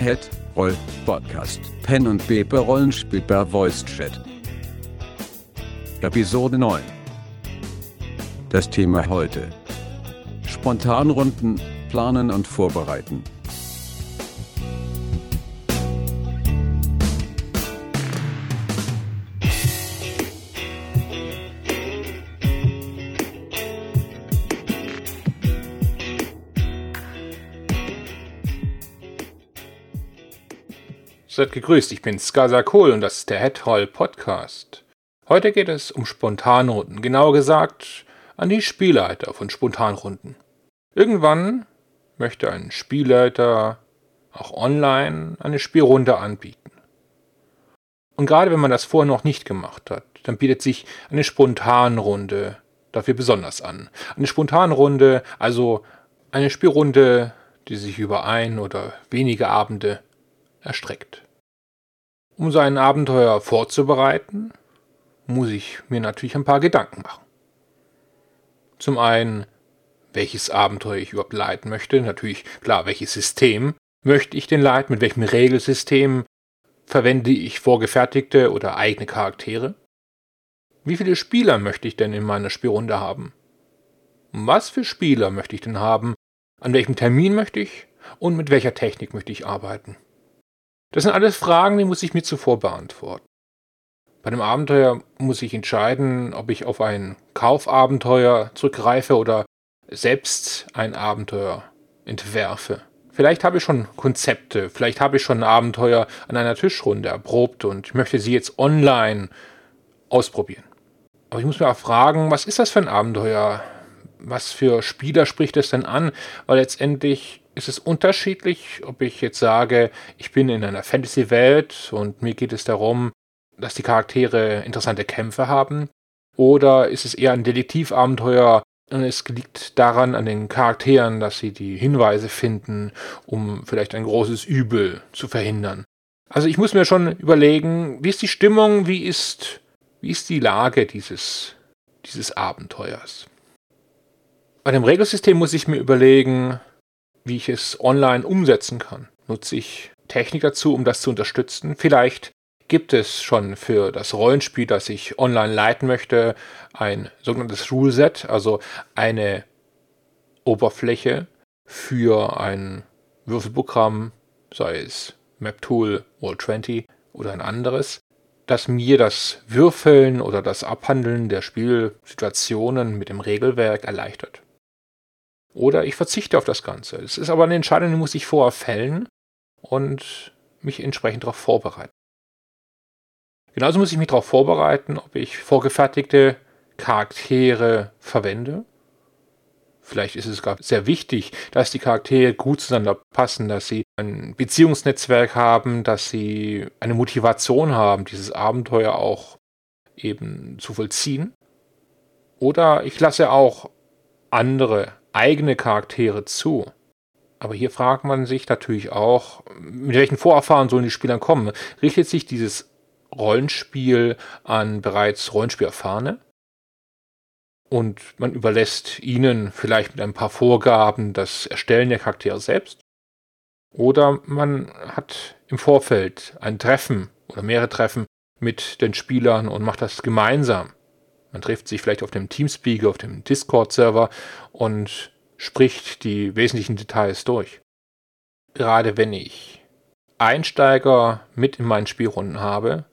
Head Roll Podcast Pen und Paper Rollenspiel per Voice Chat. Episode 9. Das Thema heute: Spontanrunden, planen und vorbereiten. Seid gegrüßt, ich bin Skazakol und das ist der Head Roll Podcast. Heute geht es um Spontanrunden, genauer gesagt an die Spielleiter von Spontanrunden. Irgendwann möchte ein Spielleiter auch online eine Spielrunde anbieten. Und gerade wenn man das vorher noch nicht gemacht hat, dann bietet sich eine Spontanrunde dafür besonders an. Eine Spontanrunde, also eine Spielrunde, die sich über ein oder wenige Abende erstreckt. Um so ein Abenteuer vorzubereiten, muss ich mir natürlich ein paar Gedanken machen. Zum einen, welches Abenteuer ich überhaupt leiten möchte. Natürlich, klar, welches System möchte ich denn leiten, mit welchem Regelsystem verwende ich vorgefertigte oder eigene Charaktere. Wie viele Spieler möchte ich denn in meiner Spielrunde haben? Was für Spieler möchte ich denn haben? An welchem Termin möchte ich? Und mit welcher Technik möchte ich arbeiten? Das sind alles Fragen, die muss ich mir zuvor beantworten. Bei dem Abenteuer muss ich entscheiden, ob ich auf ein Kaufabenteuer zurückgreife oder selbst ein Abenteuer entwerfe. Vielleicht habe ich schon Konzepte, vielleicht habe ich schon ein Abenteuer an einer Tischrunde erprobt und möchte sie jetzt online ausprobieren. Aber ich muss mir auch fragen, was ist das für ein Abenteuer? Was für Spieler spricht es denn an? Weil letztendlich ist es unterschiedlich, ob ich jetzt sage, ich bin in einer Fantasy-Welt und mir geht es darum, dass die Charaktere interessante Kämpfe haben, oder ist es eher ein Detektivabenteuer und es liegt daran an den Charakteren, dass sie die Hinweise finden, um vielleicht ein großes Übel zu verhindern. Also ich muss mir schon überlegen, wie ist die Stimmung, wie ist die Lage dieses Abenteuers. Bei dem Regelsystem muss ich mir überlegen, wie ich es online umsetzen kann. Nutze ich Technik dazu, um das zu unterstützen? Vielleicht gibt es schon für das Rollenspiel, das ich online leiten möchte, ein sogenanntes Ruleset, also eine Oberfläche für ein Würfelprogramm, sei es MapTool, Roll20 oder ein anderes, das mir das Würfeln oder das Abhandeln der Spielsituationen mit dem Regelwerk erleichtert. Oder ich verzichte auf das Ganze. Es ist aber eine Entscheidung, die muss ich vorher fällen und mich entsprechend darauf vorbereiten. Genauso muss ich mich darauf vorbereiten, ob ich vorgefertigte Charaktere verwende. Vielleicht ist es gar sehr wichtig, dass die Charaktere gut zueinander passen, dass sie ein Beziehungsnetzwerk haben, dass sie eine Motivation haben, dieses Abenteuer auch eben zu vollziehen. Oder ich lasse auch andere eigene Charaktere zu. Aber hier fragt man sich natürlich auch, mit welchen Vorerfahrungen sollen die Spieler kommen? Richtet sich dieses Rollenspiel an bereits Rollenspielerfahrene? Und man überlässt ihnen vielleicht mit ein paar Vorgaben das Erstellen der Charaktere selbst? Oder man hat im Vorfeld ein Treffen oder mehrere Treffen mit den Spielern und macht das gemeinsam. Man trifft sich vielleicht auf dem Teamspeak, auf dem Discord-Server und spricht die wesentlichen Details durch. Gerade wenn ich Einsteiger mit in meinen Spielrunden habe,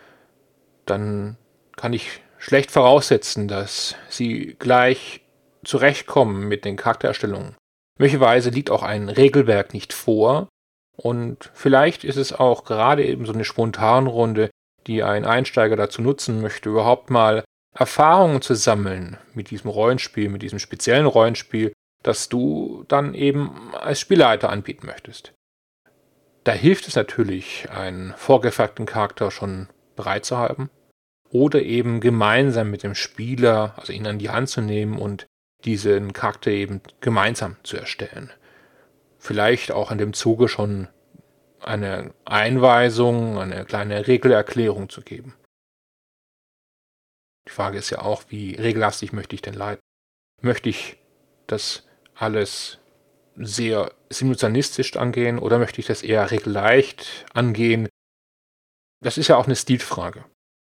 dann kann ich schlecht voraussetzen, dass sie gleich zurechtkommen mit den Charaktererstellungen. Möglicherweise liegt auch ein Regelwerk nicht vor und vielleicht ist es auch gerade eben so eine Spontanrunde, die ein Einsteiger dazu nutzen möchte, überhaupt mal Erfahrungen zu sammeln mit diesem Rollenspiel, mit diesem speziellen Rollenspiel, das du dann eben als Spielleiter anbieten möchtest. Da hilft es natürlich, einen vorgefertigten Charakter schon bereit zu haben oder eben gemeinsam mit dem Spieler, also ihn an die Hand zu nehmen und diesen Charakter eben gemeinsam zu erstellen. Vielleicht auch in dem Zuge schon eine Einweisung, eine kleine Regelerklärung zu geben. Die Frage ist ja auch, wie regellastig möchte ich denn leiten? Möchte ich das alles sehr simultanistisch angehen oder möchte ich das eher regelleicht angehen? Das ist ja auch eine Stilfrage.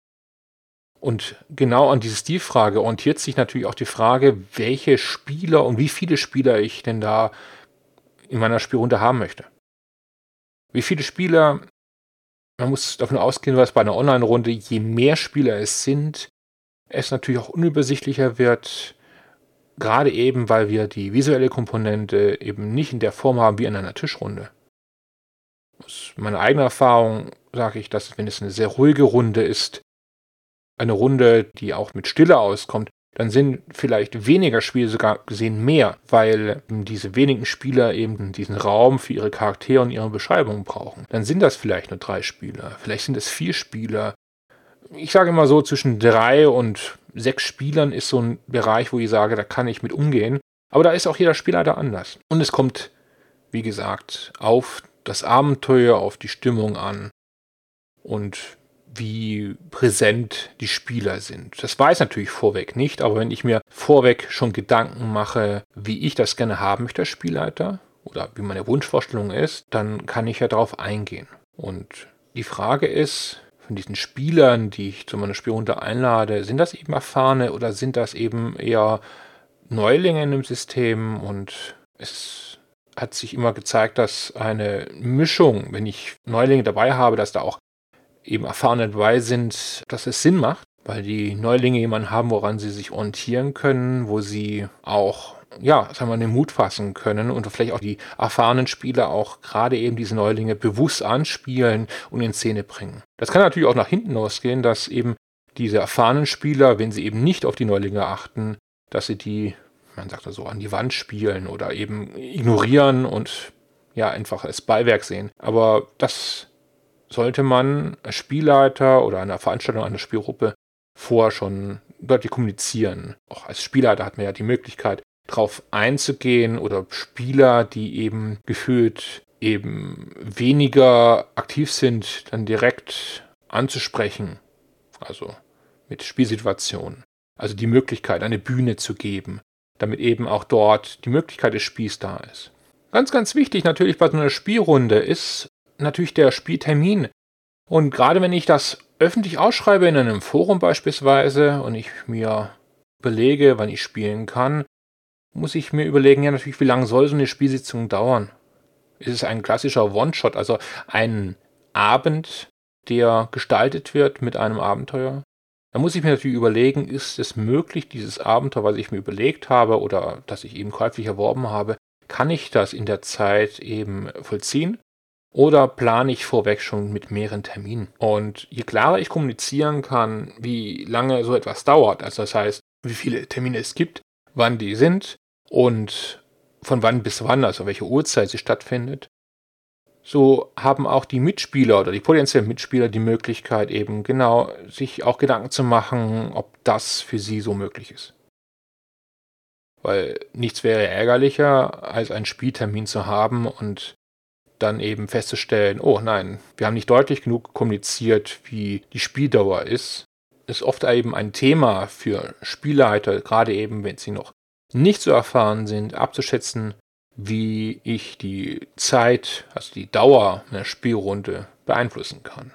Und genau an diese Stilfrage orientiert sich natürlich auch die Frage, welche Spieler und wie viele Spieler ich denn da in meiner Spielrunde haben möchte. Wie viele Spieler, man muss davon ausgehen, dass bei einer Online-Runde, je mehr Spieler es sind, es natürlich auch unübersichtlicher wird, gerade eben, weil wir die visuelle Komponente eben nicht in der Form haben wie in einer Tischrunde. Aus meiner eigenen Erfahrung sage ich, dass wenn es eine sehr ruhige Runde ist, eine Runde, die auch mit Stille auskommt, dann sind vielleicht weniger Spiele sogar gesehen mehr, weil diese wenigen Spieler eben diesen Raum für ihre Charaktere und ihre Beschreibungen brauchen. Dann sind das vielleicht nur 3 Spieler, vielleicht sind es 4 Spieler. Ich sage immer so, zwischen 3 und 6 Spielern ist so ein Bereich, wo ich sage, da kann ich mit umgehen. Aber da ist auch jeder Spieler da anders. Und es kommt, wie gesagt, auf das Abenteuer, auf die Stimmung an und wie präsent die Spieler sind. Das weiß ich natürlich vorweg nicht, aber wenn ich mir vorweg schon Gedanken mache, wie ich das gerne haben möchte als Spielleiter oder wie meine Wunschvorstellung ist, dann kann ich ja darauf eingehen. Und die Frage ist, von diesen Spielern, die ich zu meiner Spielrunde einlade, sind das eben Erfahrene oder sind das eben eher Neulinge in dem System? Und es hat sich immer gezeigt, dass eine Mischung, wenn ich Neulinge dabei habe, dass da auch eben Erfahrene dabei sind, dass es Sinn macht, weil die Neulinge jemanden haben, woran sie sich orientieren können, wo sie auch, ja, sagen wir, den Mut fassen können und vielleicht auch die erfahrenen Spieler auch gerade eben diese Neulinge bewusst anspielen und in Szene bringen. Das kann natürlich auch nach hinten losgehen, dass eben diese erfahrenen Spieler, wenn sie eben nicht auf die Neulinge achten, dass sie die, man sagt das so, an die Wand spielen oder eben ignorieren und ja, einfach als Beiwerk sehen. Aber das sollte man als Spielleiter oder einer Veranstaltung, einer Spielgruppe vorher schon deutlich kommunizieren. Auch als Spielleiter hat man ja die Möglichkeit, darauf einzugehen oder Spieler, die eben gefühlt eben weniger aktiv sind, dann direkt anzusprechen. Also mit Spielsituationen. Also die Möglichkeit, eine Bühne zu geben, damit eben auch dort die Möglichkeit des Spiels da ist. Ganz, ganz wichtig natürlich bei so einer Spielrunde ist natürlich der Spieltermin. Und gerade wenn ich das öffentlich ausschreibe in einem Forum beispielsweise und ich mir überlege, wann ich spielen kann, muss ich mir überlegen, ja natürlich, wie lange soll so eine Spielsitzung dauern? Ist es ein klassischer One-Shot, also ein Abend, der gestaltet wird mit einem Abenteuer? Da muss ich mir natürlich überlegen, ist es möglich, dieses Abenteuer, was ich mir überlegt habe oder das ich eben käuflich erworben habe, kann ich das in der Zeit eben vollziehen? Oder plane ich vorweg schon mit mehreren Terminen? Und je klarer ich kommunizieren kann, wie lange so etwas dauert, also das heißt, wie viele Termine es gibt, wann die sind und von wann bis wann, also welche Uhrzeit sie stattfindet, so haben auch die Mitspieler oder die potenziellen Mitspieler die Möglichkeit eben genau sich auch Gedanken zu machen, ob das für sie so möglich ist. Weil nichts wäre ärgerlicher, als einen Spieltermin zu haben und dann eben festzustellen, oh nein, wir haben nicht deutlich genug kommuniziert, wie die Spieldauer ist oft eben ein Thema für Spielleiter, gerade eben, wenn sie noch nicht so erfahren sind, abzuschätzen, wie ich die Zeit, also die Dauer einer Spielrunde beeinflussen kann.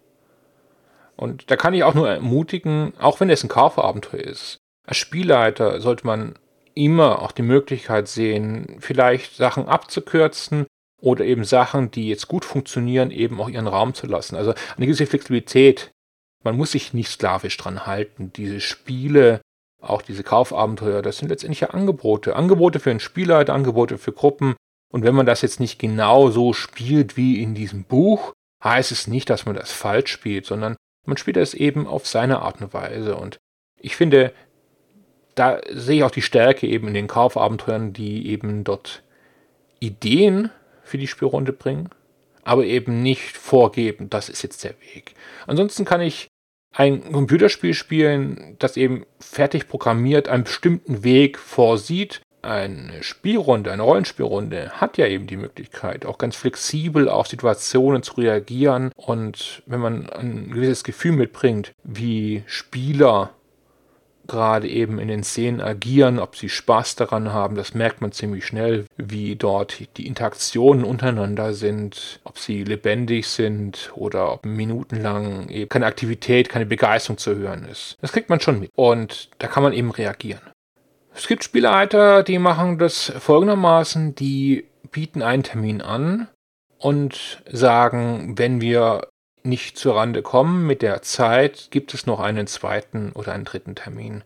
Und da kann ich auch nur ermutigen, auch wenn es ein Kaufabenteuer ist, als Spielleiter sollte man immer auch die Möglichkeit sehen, vielleicht Sachen abzukürzen oder eben Sachen, die jetzt gut funktionieren, eben auch ihren Raum zu lassen. Also eine gewisse Flexibilität. Man muss sich nicht sklavisch dran halten. Diese Spiele, auch diese Kaufabenteuer, das sind letztendlich ja Angebote. Angebote für einen Spielleiter, Angebote für Gruppen. Und wenn man das jetzt nicht genau so spielt wie in diesem Buch, heißt es nicht, dass man das falsch spielt, sondern man spielt es eben auf seine Art und Weise. Und ich finde, da sehe ich auch die Stärke eben in den Kaufabenteuern, die eben dort Ideen für die Spielrunde bringen, aber eben nicht vorgeben, das ist jetzt der Weg. Ansonsten kann ich ein Computerspiel spielen, das eben fertig programmiert einen bestimmten Weg vorsieht. Eine Spielrunde, eine Rollenspielrunde hat ja eben die Möglichkeit, auch ganz flexibel auf Situationen zu reagieren. Und wenn man ein gewisses Gefühl mitbringt, wie Spieler gerade eben in den Szenen agieren, ob sie Spaß daran haben. Das merkt man ziemlich schnell, wie dort die Interaktionen untereinander sind, ob sie lebendig sind oder ob minutenlang eben keine Aktivität, keine Begeisterung zu hören ist. Das kriegt man schon mit und da kann man eben reagieren. Es gibt Spielleiter, die machen das folgendermaßen, die bieten einen Termin an und sagen, wenn wir nicht zur Rande kommen mit der Zeit, gibt es noch einen zweiten oder einen dritten Termin.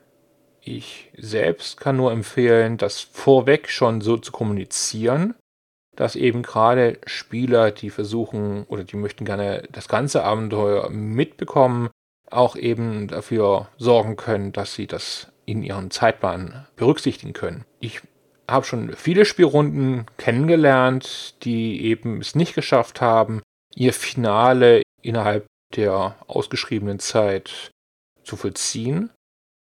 Ich selbst kann nur empfehlen, das vorweg schon so zu kommunizieren, dass eben gerade Spieler, die versuchen oder die möchten gerne das ganze Abenteuer mitbekommen, auch eben dafür sorgen können, dass sie das in ihren Zeitplan berücksichtigen können. Ich habe schon viele Spielrunden kennengelernt, die eben es nicht geschafft haben, ihr Finale innerhalb der ausgeschriebenen Zeit zu vollziehen.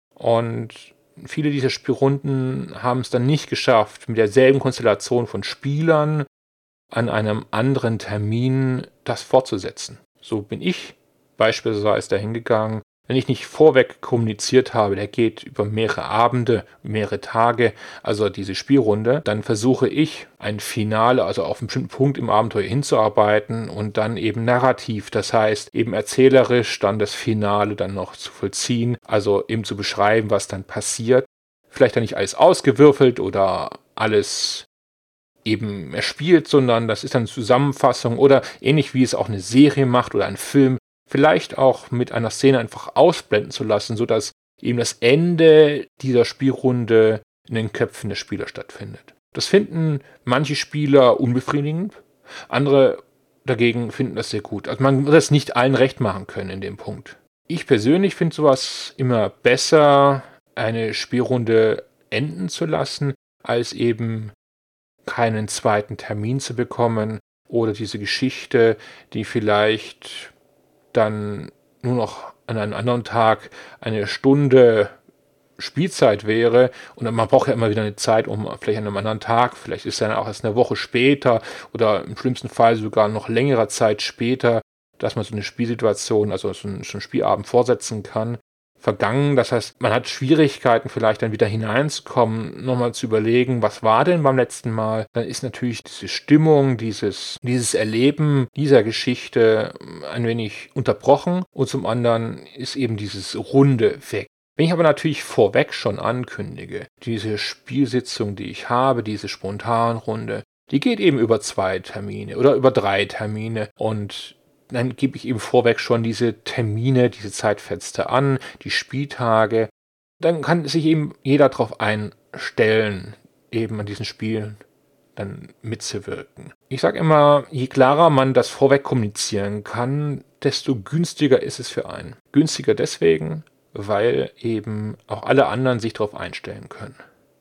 Und viele dieser Spielrunden haben es dann nicht geschafft, mit derselben Konstellation von Spielern an einem anderen Termin das fortzusetzen. So bin ich beispielsweise dahin gegangen, wenn ich nicht vorweg kommuniziert habe, der geht über mehrere Abende, mehrere Tage, also diese Spielrunde, dann versuche ich ein Finale, also auf einen bestimmten Punkt im Abenteuer hinzuarbeiten und dann eben narrativ, das heißt eben erzählerisch dann das Finale dann noch zu vollziehen, also eben zu beschreiben, was dann passiert. Vielleicht dann nicht alles ausgewürfelt oder alles eben erspielt, sondern das ist dann eine Zusammenfassung oder ähnlich wie es auch eine Serie macht oder ein Film, vielleicht auch mit einer Szene einfach ausblenden zu lassen, sodass eben das Ende dieser Spielrunde in den Köpfen der Spieler stattfindet. Das finden manche Spieler unbefriedigend, andere dagegen finden das sehr gut. Also man wird es nicht allen recht machen können in dem Punkt. Ich persönlich finde sowas immer besser, eine Spielrunde enden zu lassen, als eben keinen zweiten Termin zu bekommen oder diese Geschichte, die vielleicht dann nur noch an einem anderen Tag eine Stunde Spielzeit wäre und man braucht ja immer wieder eine Zeit, um vielleicht an einem anderen Tag, vielleicht ist es dann auch erst eine Woche später oder im schlimmsten Fall sogar noch längere Zeit später, dass man so eine Spielsituation, also so einen Spielabend fortsetzen kann, vergangen. Das heißt, man hat Schwierigkeiten vielleicht dann wieder hineinzukommen, nochmal zu überlegen, was war denn beim letzten Mal? Dann ist natürlich diese Stimmung, dieses Erleben dieser Geschichte ein wenig unterbrochen und zum anderen ist eben dieses Runde weg. Wenn ich aber natürlich vorweg schon ankündige, diese Spielsitzung, die ich habe, diese Spontanrunde, die geht eben über 2 Termine oder über 3 Termine und dann gebe ich eben vorweg schon diese Termine, diese Zeitfenster an, die Spieltage. Dann kann sich eben jeder darauf einstellen, eben an diesen Spielen dann mitzuwirken. Ich sage immer, je klarer man das vorweg kommunizieren kann, desto günstiger ist es für einen. Günstiger deswegen, weil eben auch alle anderen sich darauf einstellen können.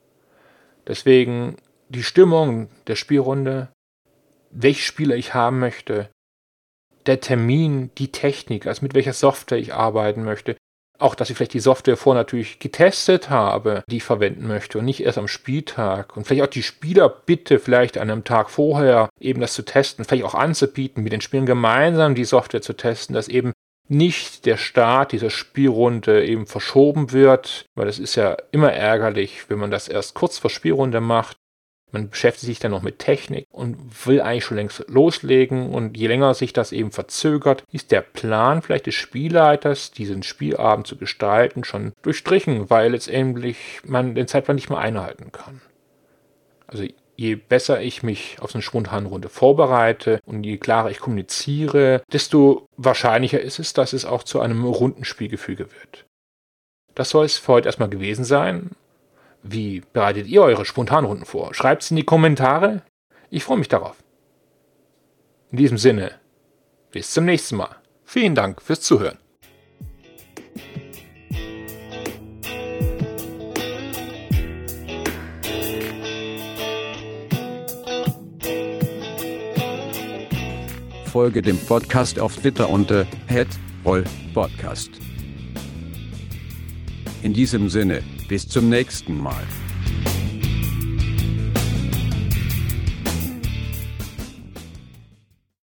Deswegen die Stimmung der Spielrunde, welche Spieler ich haben möchte, der Termin, die Technik, also mit welcher Software ich arbeiten möchte. Auch, dass ich vielleicht die Software vorher natürlich getestet habe, die ich verwenden möchte und nicht erst am Spieltag. Und vielleicht auch die Spieler bitte vielleicht an einem Tag vorher eben das zu testen, vielleicht auch anzubieten, mit den Spielern gemeinsam die Software zu testen, dass eben nicht der Start dieser Spielrunde eben verschoben wird, weil das ist ja immer ärgerlich, wenn man das erst kurz vor Spielrunde macht. Man beschäftigt sich dann noch mit Technik und will eigentlich schon längst loslegen und je länger sich das eben verzögert, ist der Plan vielleicht des Spielleiters, diesen Spielabend zu gestalten, schon durchstrichen, weil letztendlich man den Zeitplan nicht mehr einhalten kann. Also je besser ich mich auf so eine Spontanrunde vorbereite und je klarer ich kommuniziere, desto wahrscheinlicher ist es, dass es auch zu einem runden Spielgefüge wird. Das soll es für heute erstmal gewesen sein. Wie bereitet ihr eure Spontanrunden vor? Schreibt es in die Kommentare. Ich freue mich darauf. In diesem Sinne, bis zum nächsten Mal. Vielen Dank fürs Zuhören. Folge dem Podcast auf Twitter unter @rollpodcast. In diesem Sinne, bis zum nächsten Mal.